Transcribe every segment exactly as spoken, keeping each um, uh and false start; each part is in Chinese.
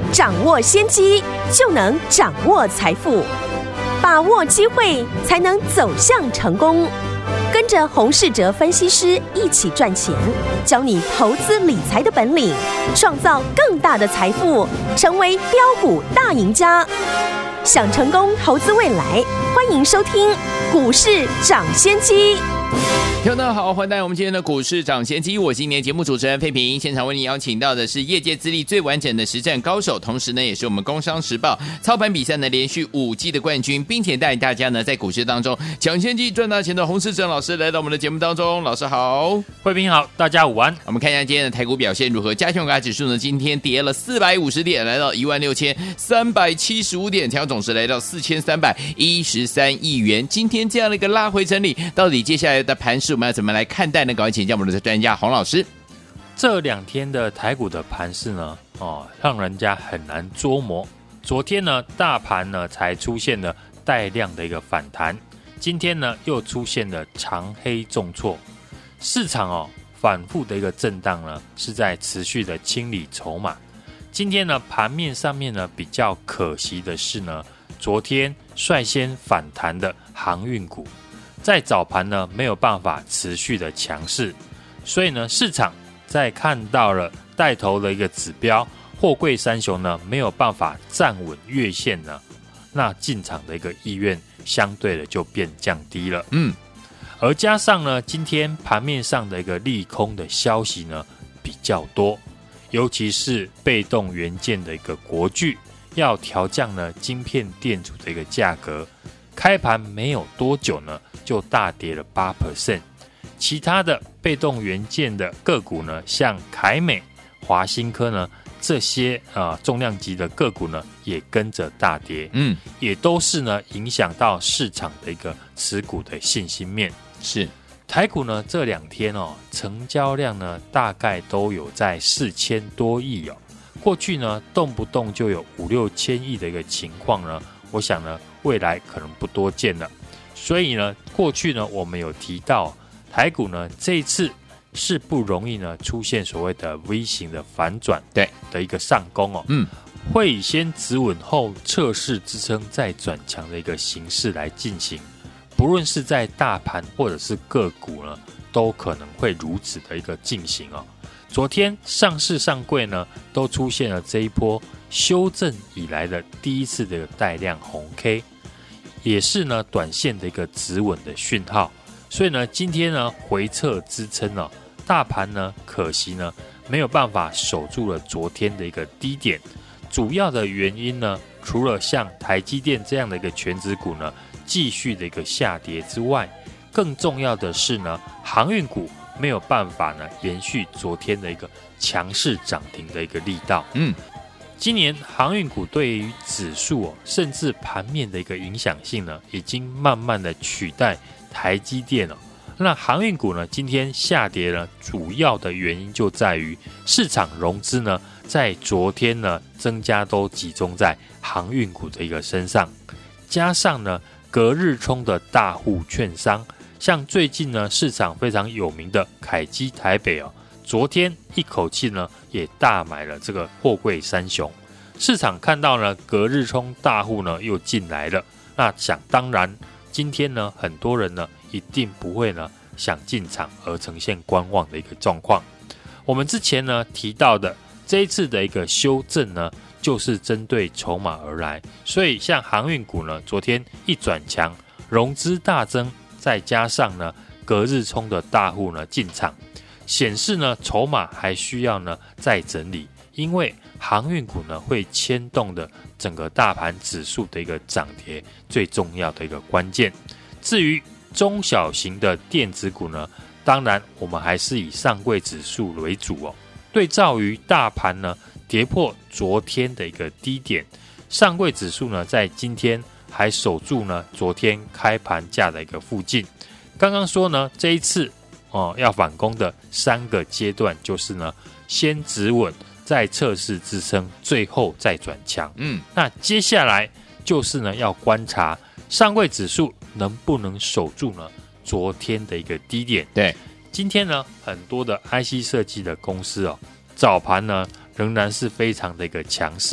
掌握先机，就能掌握财富。把握机会，才能走向成功。跟着洪士哲分析师一起赚钱，教你投资理财的本领，创造更大的财富，成为标股大赢家。想成功投资未来，欢迎收听股市涨先机。 听众大家好，欢迎来到我们今天的股市涨先机，我是今年节目主持人费平。现场为你邀请到的是业界资历最完整的实战高手，同时呢也是我们工商时报操盘比赛呢连续五季的冠军，并且带大家呢在股市当中抢先机赚大钱的洪士哲老师来到我们的节目当中。老师好。 慧平好，大家午安。 我们看一下今天的台股表现如何。加权股价指数呢今天跌了四百五十点，来到一万六千三百七十五点，成交总值来到四千三百一十三亿元。今天这样的一个拉回整理，到底接下来的盘势我们要怎么来看待呢？赶快请教我们的专家洪老师。 这两天的台股的盘势呢，哦，让人家很难捉摸。昨天呢，大盘呢才出现了带量的一个反弹，今天呢又出现了长黑重挫，市场哦反复的一个震荡呢，是在持续的清理筹码。今天呢，盘面上面呢比较可惜的是呢，昨天率先反弹的航运股，在早盘呢没有办法持续的强势，所以呢市场在看到了带头的一个指标货柜三雄呢没有办法站稳月线呢，那进场的一个意愿相对的就变降低了。嗯，而加上呢今天盘面上的一个利空的消息呢比较多，尤其是被动元件的一个国巨要调降呢晶片电阻的一个价格，开盘没有多久呢就大跌了 百分之八， 其他的被动元件的个股呢，像凯美、华新科呢，这些啊、呃、重量级的个股呢，也跟着大跌，嗯，也都是呢影响到市场的一个持股的信心面。 是台股呢这两天哦，成交量呢大概都有在四千多亿哦，过去呢动不动就有五六千亿的一个情况呢，我想呢未来可能不多见了。所以呢，过去呢，我们有提到台股呢，这一次是不容易呢出现所谓的 V 型的反转，对的一个上攻哦，嗯，会以先止稳后测试支撑再转强的一个形式来进行，不论是在大盘或者是个股呢，都可能会如此的一个进行哦。昨天上市上柜呢，都出现了这一波修正以来的第一次的带量红 K。也是呢短线的一个止稳的讯号，所以呢今天呢回撤支撑哦，大盘呢可惜呢没有办法守住了昨天的一个低点，主要的原因呢除了像台积电这样的一个权值股呢继续的一个下跌之外，更重要的是呢航运股没有办法呢延续昨天的一个强势涨停的一个力道，嗯。今年航运股对于指数哦，甚至盘面的一个影响性呢，已经慢慢的取代台积电哦。那航运股呢，今天下跌呢，主要的原因就在于市场融资呢，在昨天呢增加都集中在航运股的一个身上，加上呢隔日冲的大户券商，像最近呢市场非常有名的凯基台北哦。昨天一口气呢，也大买了这个货柜三雄，市场看到呢，隔日冲大户呢又进来了，那想当然，今天呢，很多人呢一定不会呢想进场而呈现观望的一个状况。我们之前呢提到的这一次的一个修正呢，就是针对筹码而来，所以像航运股呢，昨天一转强，融资大增，再加上呢隔日冲的大户呢进场。显示呢，筹码还需要呢再整理，因为航运股呢会牵动的整个大盘指数的一个涨跌最重要的一个关键。至于中小型的电子股呢，当然我们还是以上柜指数为主哦。对照于大盘呢跌破昨天的一个低点，上柜指数呢在今天还守住呢昨天开盘价的一个附近。刚刚说呢，这一次哦，要反攻的三个阶段就是呢，先止稳，再测试支撑，最后再转强。嗯，那接下来就是呢，要观察上柜指数能不能守住呢昨天的一个低点。 对， 今天呢，很多的 I C 设计的公司哦，早盘呢仍然是非常的一个强势，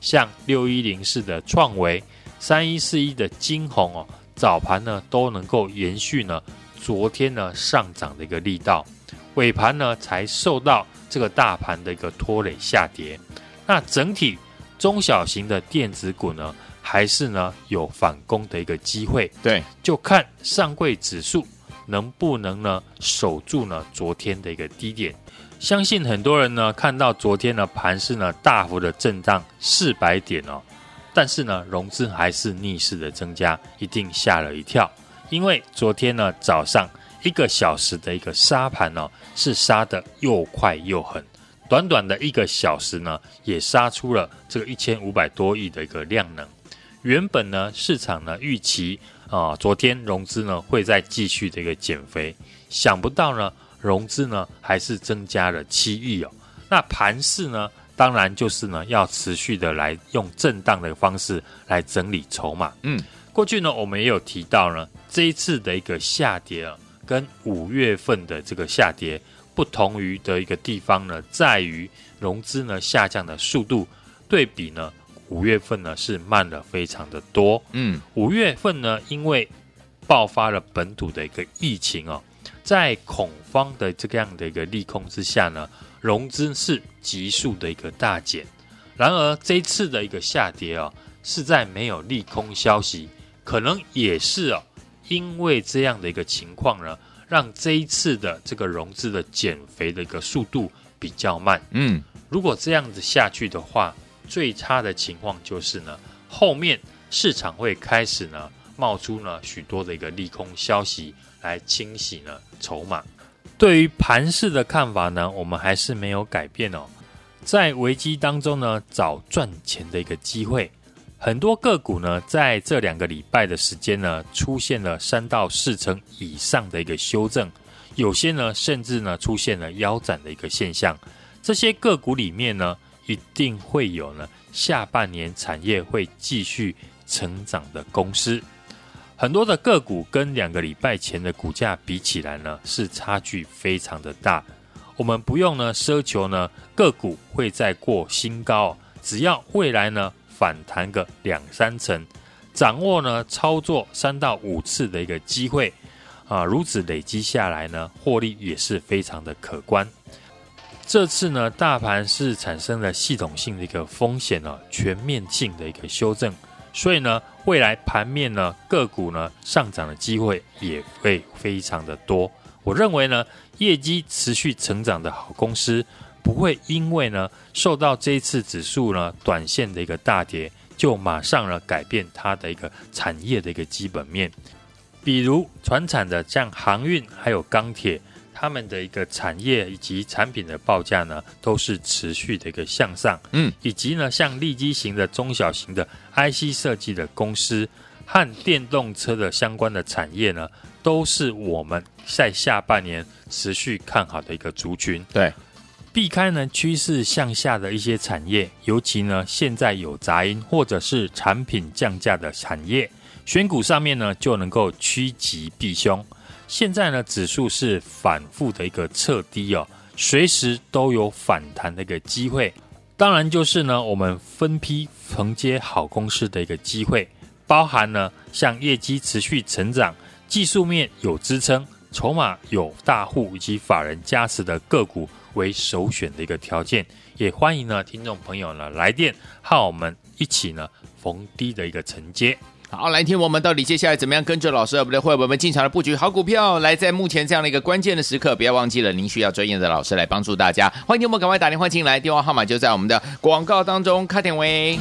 像六一零四的创惟、三一四一的金鸿哦，早盘呢都能够延续呢昨天呢上涨的一个力道，尾盘呢才受到这个大盘的一个拖累下跌。那整体中小型的电子股呢，还是呢有反攻的一个机会。 对， 就看上柜指数能不能呢守住呢昨天的一个低点。相信很多人呢看到昨天呢盘势呢大幅的震荡四百点哦，但是呢融资还是逆势的增加，一定吓了一跳。因为昨天呢早上一个小时的一个杀盘呢、哦、是杀得又快又狠，短短的一个小时呢也杀出了这个一千五百多亿的一个量能。原本呢市场呢预期啊、呃，昨天融资呢会再继续的一个减肥，想不到呢融资呢还是增加了七亿哦。那盘势呢，当然就是呢要持续的来用震荡的方式来整理筹码。嗯，过去呢我们也有提到呢，这一次的一个下跌啊，跟五月份的这个下跌不同于的一个地方呢，在于融资呢下降的速度对比呢。五月份呢是慢了非常的多，嗯，五月份呢因为爆发了本土的一个疫情哦，在恐慌的这样的一个利空之下呢，融资是急速的一个大减。然而这一次的一个下跌哦，是在没有利空消息，可能也是哦，因为这样的一个情况呢，让这一次的这个融资的减肥的一个速度比较慢。嗯，如果这样子下去的话，最差的情况就是呢，后面市场会开始呢冒出呢许多的一个利空消息来清洗呢筹码。对于盘势的看法呢，我们还是没有改变哦。在危机当中呢，找赚钱的一个机会。很多个股呢，在这两个礼拜的时间呢，出现了三到四成以上的一个修正，有些呢甚至呢出现了腰斩的一个现象。这些个股里面呢，一定会有呢下半年产业会继续成长的公司。很多的个股跟两个礼拜前的股价比起来呢，是差距非常的大。我们不用呢奢求呢个股会再过新高、哦，只要未来呢反弹个两三成，掌握呢操作三到五次的一个机会啊，如此累积下来呢，获利也是非常的可观。这次呢，大盘是产生了系统性的一个风险哦，全面性的一个修正，所以呢，未来盘面呢，个股呢上涨的机会也会非常的多。我认为呢，业绩持续成长的好公司，不会因为呢受到这一次指数呢短线的一个大跌，就马上呢改变它的一个产业的一个基本面。比如传产的像航运还有钢铁，他们的一个产业以及产品的报价呢，都是持续的一个向上，嗯，以及呢，像利基型的中小型的 I C 设计的公司和电动车的相关的产业呢，都是我们在下半年持续看好的一个族群。对，避开呢趋势向下的一些产业，尤其呢现在有杂音或者是产品降价的产业，选股上面呢就能够趋吉避凶。现在呢，指数是反复的一个测低哦，随时都有反弹的一个机会。当然就是呢，我们分批承接好公司的一个机会，包含呢像业绩持续成长、技术面有支撑、筹码有大户以及法人加持的个股为首选的一个条件。也欢迎呢听众朋友呢来电和我们一起呢逢低的一个承接。 好，来听我们到底接下来怎么样跟着老师我们的会员们进场的布局好股票。来，在目前这样的一个关键的时刻，不要忘记了您需要专业的老师来帮助大家。欢迎我们赶快打电话进来，电话号码就在我们的广告当中，卡点位。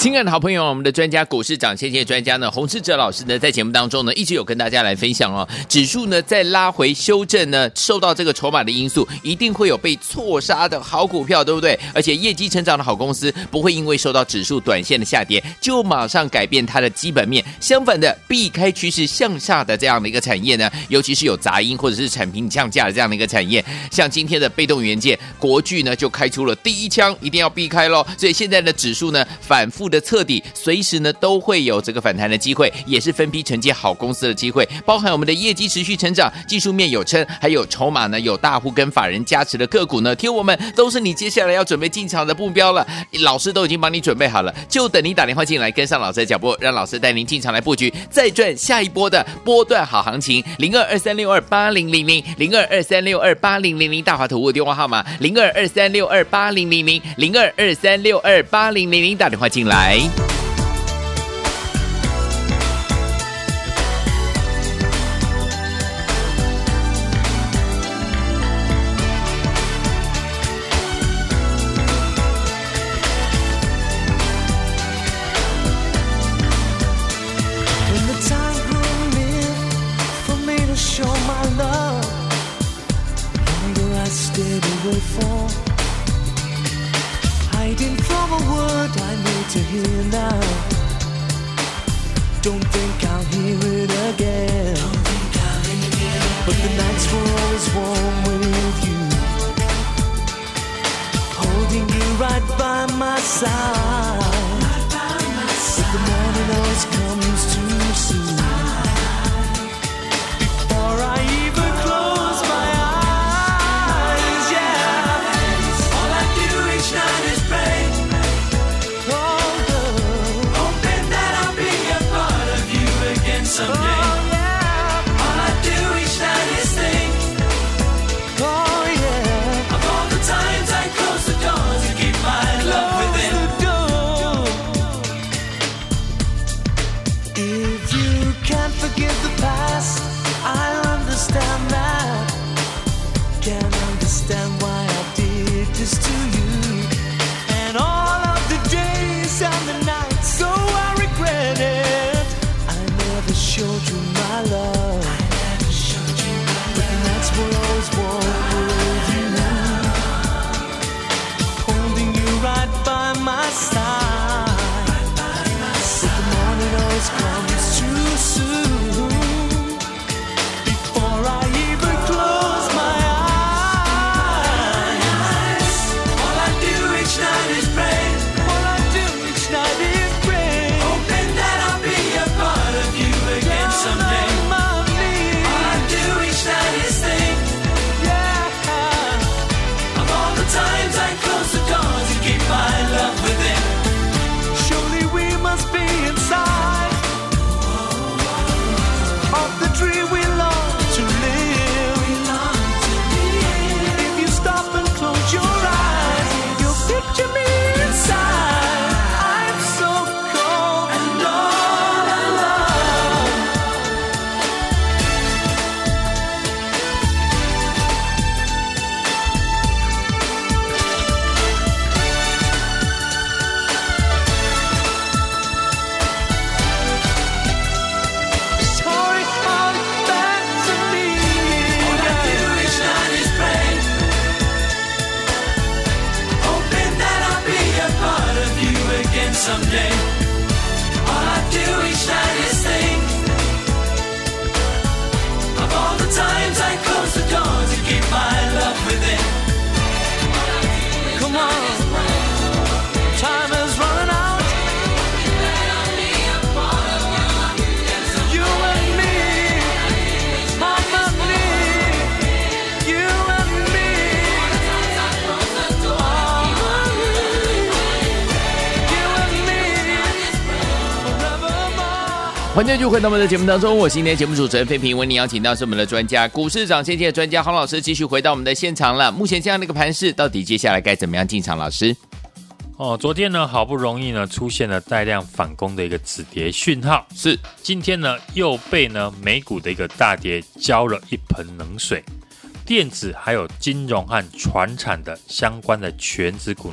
亲爱的好朋友，我们的专家股市涨先见专家呢，洪士哲老师呢，在节目当中呢，一直有跟大家来分享哦，指数呢在拉回修正呢，受到这个筹码的因素，一定会有被错杀的好股票，对不对？而且业绩成长的好公司，不会因为受到指数短线的下跌，就马上改变它的基本面。相反的，避开趋势向下的这样的一个产业呢，尤其是有杂音或者是产品降价的这样的一个产业，像今天的被动元件，国巨呢就开出了第一枪，一定要避开咯。所以现在的指数呢，反复的测底，随时呢都会有这个反弹的机会，也是分批承接好公司的机会，包含我们的业绩持续成长，技术面有撑，还有筹码呢有大户跟法人加持的个股呢，听我们都是你接下来要准备进场的目标了，老师都已经帮你准备好了，就等你打电话进来跟上老师的脚步，让老师带您进场来布局，再赚下一波的波段好行情。零二二三六二八零零零零二二三六二八零零零大华投顾电话号码零二二三六二八零零零零二二三六二八零零零打电话进来。 Hiding from a word I need to hear now. Don't think I'll hear it again. But the nights were always warm with you, holding you right by my side. But the morning always comes too soon. Before I even close my eyes, yeah, all I do each night is pray. Oh, love, hoping that I'll be a part of you again someday. Oh, yeah. All I do each night is think. Oh, yeah, of all the times I close the door to keep my love within. If you can't forgive the past, I understand that. Can't understand why I did this to you. And all of the days and the nights, so I regret it. I never showed you my love. I never showed you my love. But the nights were always warm with you, holding you right by my side. But the morning always comes too soon. Before I even close my eyes, all I do each night is pray. All I do each night is pray, hoping that I'll be a part of you again someday. All I do each night is think, yeah, of all the times I close the door to keep my love within. Surely we must be inside of the dream we long to live. If you stop and close your eyes, you'll picture me inside. I'm so cold and all alone. Sorry, all back to me. All I do each night is pray, hoping that I'll be a part of you again someday. All I do each night is think of all the times I close the door to keep my love within. Come on, time is running out. You and me, harmony. You and me, you and me, forevermore. 欢迎继续回到我们的节目当中，我是今天的节目主持人费平，为您邀请到是我们的专家股市涨先见的专家洪老师，继续回到我们的现场了。目前这样的一个盘势，到底接下来该怎么样进场？老师， 哦，昨天呢，好不容易呢出现了带量反攻的一个止跌讯号， 是今天呢又被呢美股的一个大跌浇了一盆冷水，电子还有金融和传产的相关的权值股呢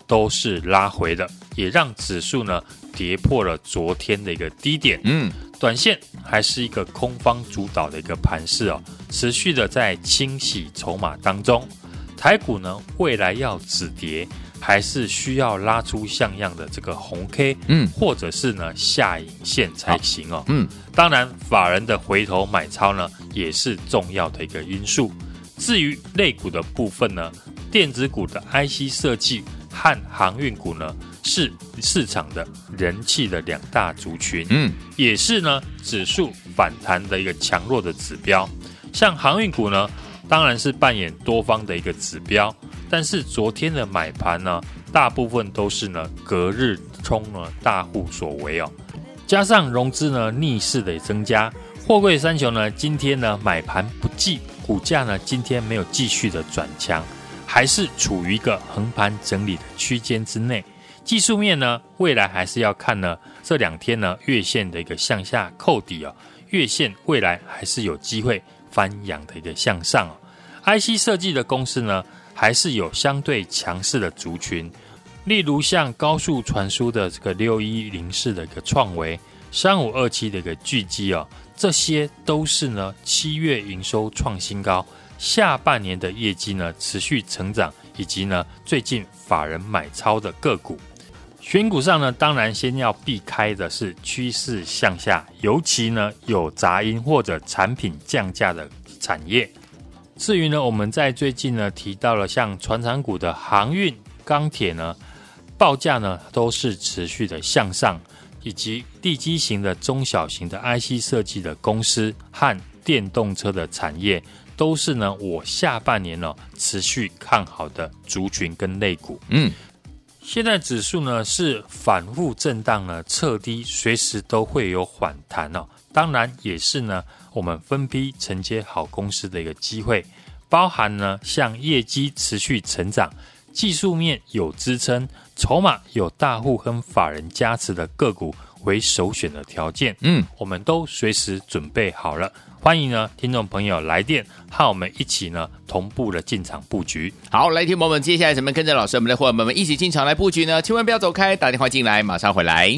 都是拉回的，也让指数呢跌破了昨天的一个低点。 嗯， 短线还是一个空方主导的一个盘势哦，持续的在清洗筹码当中。台股呢，未来要止跌，还是需要拉出像样的这个红 K， 嗯， 或者是呢下影线才行哦。 嗯， 当然，法人的回头买超呢，也是重要的一个因素。至于类股的部分呢，电子股的 I C 设计和航运股呢，是市场的人气的两大族群， 嗯， 也是呢指数反弹的一个强弱的指标。像航运股呢，当然是扮演多方的一个指标，但是昨天的买盘呢，大部分都是呢隔日冲呢大户所为哦，加上融资呢逆势的增加，货柜三雄呢今天呢买盘不济，股价呢今天没有继续的转强，还是处于一个横盘整理的区间之内。技术面呢，未来还是要看呢这两天呢月线的一个向下扣底哦，月线未来还是有机会翻扬的一个向上哦。I C 设计的公司呢，还是有相对强势的族群，例如像高速传输的这个六一零四的一个创惟，三五二七的一个巨基哦，这些都是呢七月营收创新高，下半年的业绩呢持续成长，以及呢最近法人买超的个股。选股上呢，当然先要避开的是趋势向下，尤其呢有杂音或者产品降价的产业。至于呢，我们在最近呢提到了像传产股的航运、钢铁呢，报价呢都是持续的向上，以及地基型的中小型的 I C 设计的公司和电动车的产业，都是呢我下半年呢持续看好的族群跟类股。 嗯。 现在指数呢是反复震荡呢，测低随时都会有反弹哦。当然也是呢，我们分批承接好公司的一个机会，包含呢像业绩持续成长、技术面有支撑、筹码有大户跟法人加持的个股为首选的条件。嗯，我们都随时准备好了。欢迎呢，听众朋友来电，和我们一起呢同步的进场布局。 好，来听我们接下来怎么跟着老师我们的伙伴们一起进场来布局呢？千万不要走开，打电话进来，马上回来。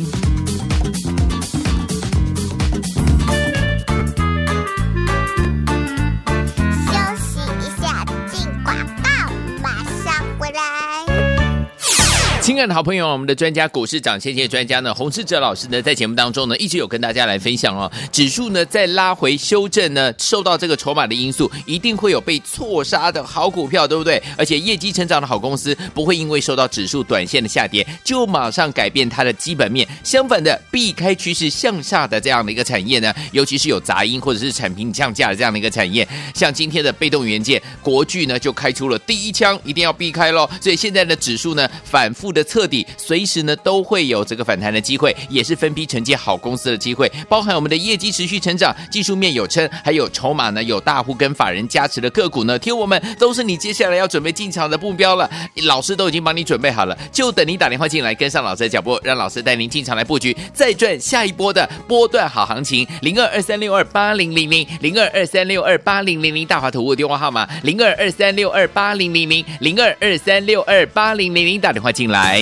亲爱的好朋友，我们的专家股市涨先见专家呢，洪士哲老师呢，在节目当中呢，一直有跟大家来分享哦，指数呢在拉回修正呢，受到这个筹码的因素，一定会有被错杀的好股票，对不对？而且业绩成长的好公司，不会因为受到指数短线的下跌，就马上改变它的基本面。相反的，避开趋势向下的这样的一个产业呢，尤其是有杂音或者是产品降价的这样的一个产业，像今天的被动元件，国巨呢就开出了第一枪，一定要避开咯。所以现在的指数呢，反复的测底，随时呢都会有这个反弹的机会，也是分批承接好公司的机会，包含我们的业绩持续成长，技术面有撑，还有筹码呢有大户跟法人加持的个股呢，听我们都是你接下来要准备进场的目标了，老师都已经帮你准备好了，就等你打电话进来跟上老师的脚步，让老师带您进场来布局，再赚下一波的波段好行情。零二二三六二八零零零零二二三六二八零零零大华投顾电话号码零二二三六二八零零零零二二三六二八零零零打电话进来。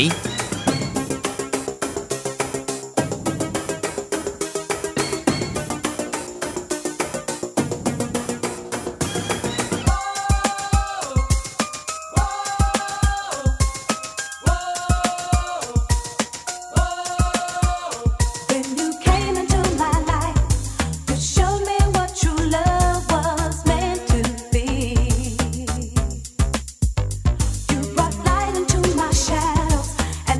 And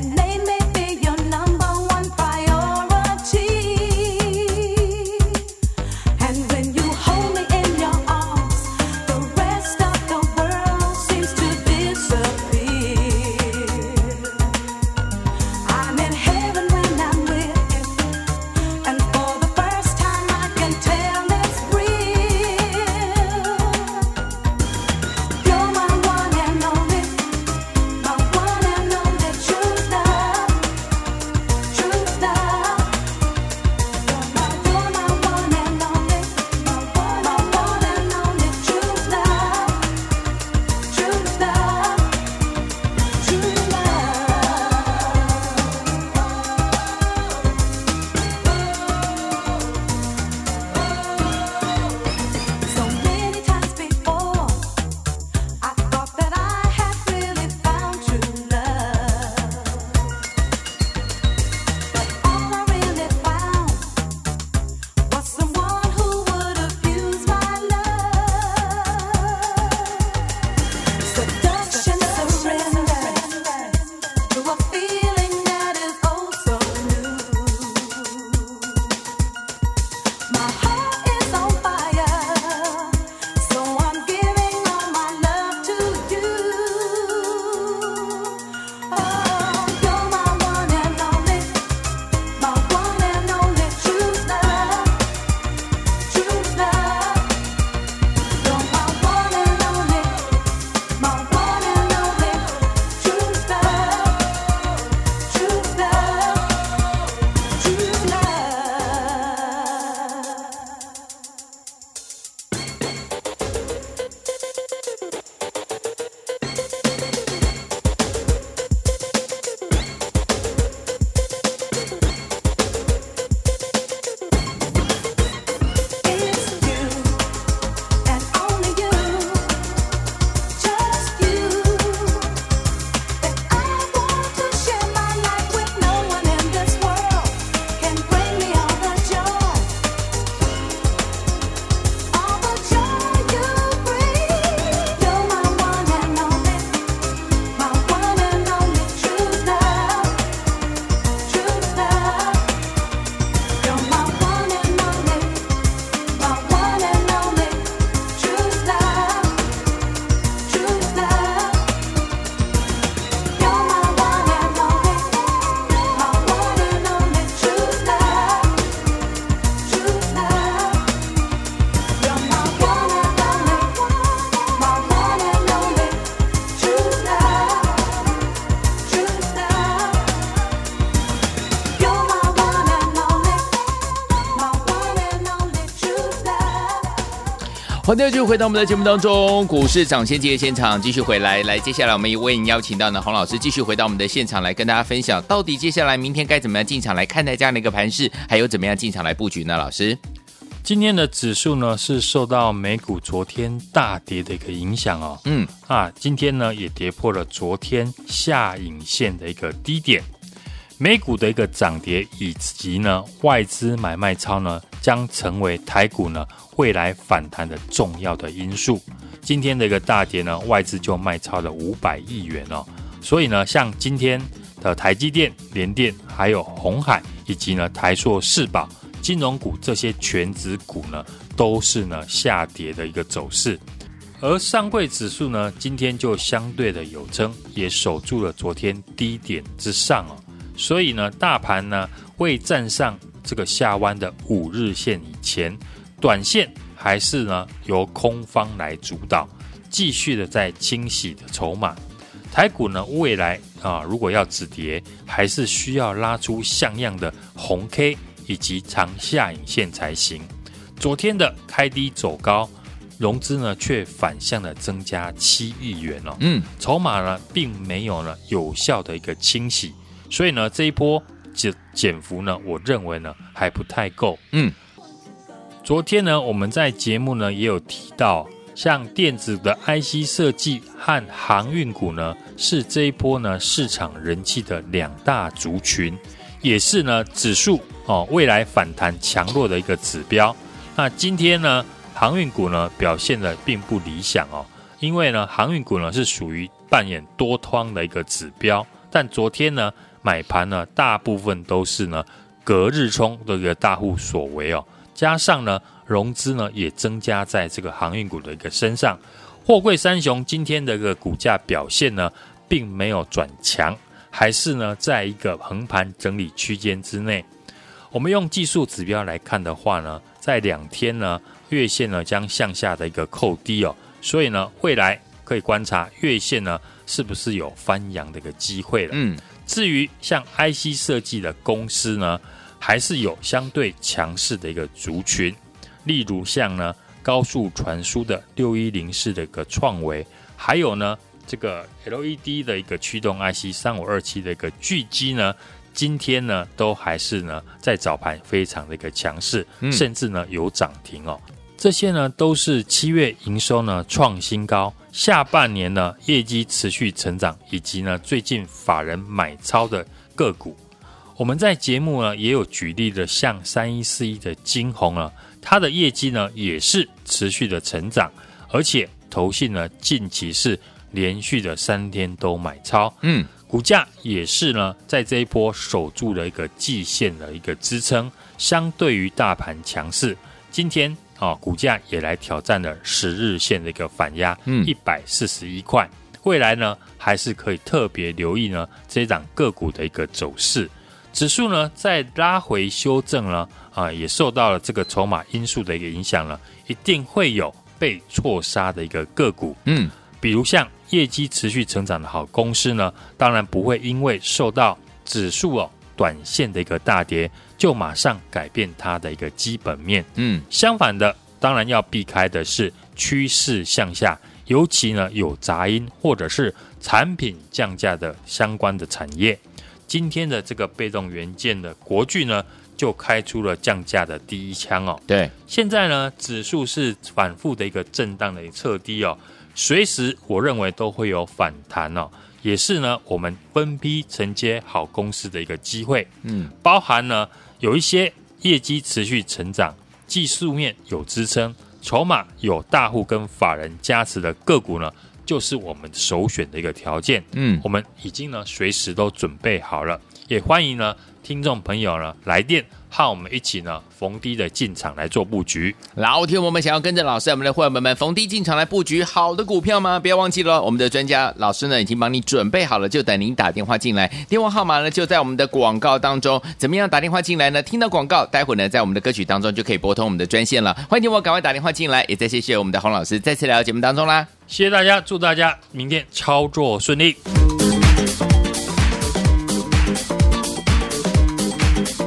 欢迎继续回到我们的节目当中，股市涨先机的现场，继续回来。来，接下来我们也为您邀请到呢洪老师继续回到我们的现场来跟大家分享，到底接下来明天该怎么样进场来看待这样的一个盘势，还有怎么样进场来布局呢？老师， 今天的指数呢是受到美股昨天大跌的一个影响哦， 嗯啊，今天呢也跌破了昨天下影线的一个低点。美股的一个涨跌以及呢外资买卖超呢，将成为台股呢未来反弹的重要的因素。今天的一个大跌呢，外资就卖超了五百亿元哦，所以呢，像今天的台积电、联电，还有鸿海以及呢台塑、世宝、金融股这些全指股呢，都是呢下跌的一个走势。而上柜指数呢，今天就相对的有撑，也守住了昨天低点之上哦。所以呢，大盘呢未站上这个下弯的五日线以前，短线还是呢由空方来主导，继续的在清洗的筹码。台股呢未来啊，如果要止跌，还是需要拉出像样的红 K 以及长下影线才行。昨天的开低走高，融资呢却反向的增加七亿元哦，嗯，筹码呢并没有呢有效的一个清洗。所以呢，这一波减减幅呢，我认为呢还不太够。嗯，昨天呢，我们在节目呢也有提到，像电子的 I C 设计和航运股呢，是这一波呢市场人气的两大族群，也是呢指数哦未来反弹强弱的一个指标。那今天呢，航运股呢表现的并不理想哦，因为呢航运股呢是属于扮演多方的一个指标，但昨天呢。买盘呢，大部分都是呢隔日冲的一个大户所为哦，加上呢融资呢也增加在这个航运股的一个身上。货柜三雄今天的一个股价表现呢，并没有转强，还是呢在一个横盘整理区间之内。我们用技术指标来看的话呢，在两天呢月线呢将向下的一个扣低哦，所以呢未来可以观察月线呢是不是有翻扬的一个机会了。嗯。至于像 I C 设计的公司呢，还是有相对强势的一个族群，例如像呢高速传输的六一零四的一个创惟，还有呢这个 L E D 的一个驱动 I C 三五二七的一个巨基呢，今天呢都还是呢在早盘非常的一个强势，嗯、甚至呢有涨停哦。这些呢都是七月营收呢创新高，下半年呢业绩持续成长，以及呢最近法人买超的个股。我们在节目呢也有举例的，像三一四一的金鸿呢，它的业绩呢也是持续的成长，而且投信呢近期是连续的三天都买超，嗯，股价也是呢在这一波守住了一个季线的一个支撑，相对于大盘强势。今天哦，股价也来挑战了十日线的一个反压，嗯，一百四十一块。未来呢，还是可以特别留意呢这一档个股的一个走势。指数呢，在拉回修正呢，啊，也受到了这个筹码因素的一个影响了，一定会有被错杀的一个个股，嗯，比如像业绩持续成长的好公司呢，当然不会因为受到指数哦短线的一个大跌，就马上改变它的一个基本面。嗯，相反的，当然要避开的是趋势向下，尤其呢有杂音或者是产品降价的相关的产业。今天的这个被动元件的国巨呢，就开出了降价的第一枪哦。对，现在呢指数是反复的一个震荡的测低哦，随时我认为都会有反弹哦。也是呢，我们分批承接好公司的一个机会，嗯，包含呢有一些业绩持续成长，技术面有支撑，筹码有大户跟法人加持的个股呢，就是我们首选的一个条件，嗯，我们已经呢随时都准备好了，也欢迎呢听众朋友呢来电，和我们一起呢逢低的进场来做布局。 老铁，我们想要跟着老师，我们的会员们逢低进场来布局好的股票吗？不要忘记了，我们的专家老师呢已经帮你准备好了，就等您打电话进来。电话号码呢就在我们的广告当中。怎么样打电话进来呢？听到广告，待会呢在我们的歌曲当中就可以拨通我们的专线了。欢迎听我赶快打电话进来，也再谢谢我们的洪老师再次来到节目当中啦。 谢谢大家，祝大家明天操作顺利。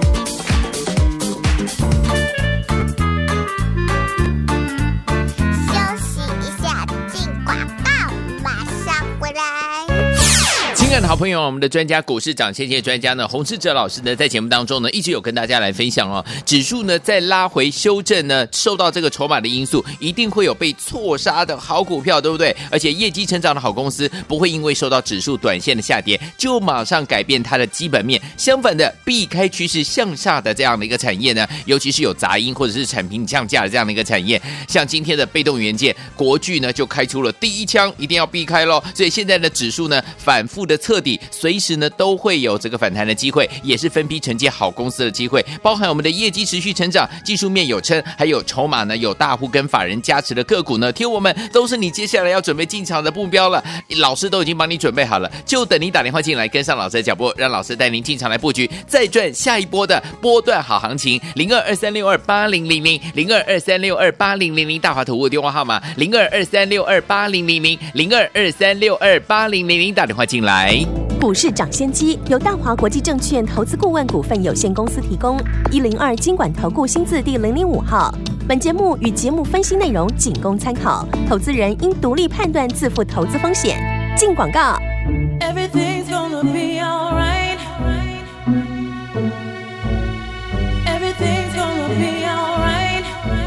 小朋友，我们的专家股市涨先见专家呢，洪士哲老师呢，在节目当中呢，一直有跟大家来分享哦，指数呢在拉回修正呢，受到这个筹码的因素，一定会有被错杀的好股票，对不对？而且业绩成长的好公司，不会因为受到指数短线的下跌，就马上改变它的基本面。相反的，避开趋势向下的这样的一个产业呢，尤其是有杂音或者是产品降价的这样的一个产业，像今天的被动元件，国巨呢就开出了第一枪，一定要避开咯。所以现在的指数呢，反复的测底，随时呢都会有这个反弹的机会，也是分批承接好公司的机会，包含我们的业绩持续成长，技术面有撑，还有筹码呢有大户跟法人加持的个股呢，听我们都是你接下来要准备进场的目标了，老师都已经帮你准备好了，就等你打电话进来跟上老师的脚步，让老师带您进场来布局，再赚下一波的波段好行情。零二二三六二八零零零零二二三六二八零零零大华投顾电话号码零二二三六二八零零零零二二三六二八零零零打电话进来。 股市涨先机由大华国际证券投资顾问股份有限公司提供，一零二金管投顾新字第零零五号。本节目与节目分析内容仅供参考，投资人应独立判断，自负投资风险。进广告。 Everything's gonna be alright. Everything's gonna be alright.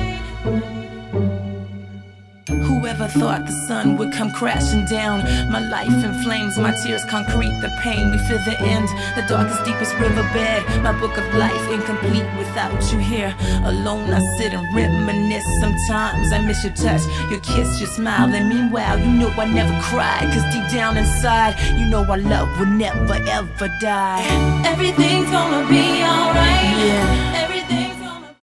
Whoever thought the sun would come crashing down? My life in flames, my tears concrete the pain. We feel the end, the darkest, deepest riverbed. My book of life incomplete without you here. Alone I sit and reminisce. Sometimes I miss your touch, your kiss, your smile. And meanwhile, you know I never cried, cause deep down inside, you know our love will never ever die. Everything's gonna be alright. Yeah.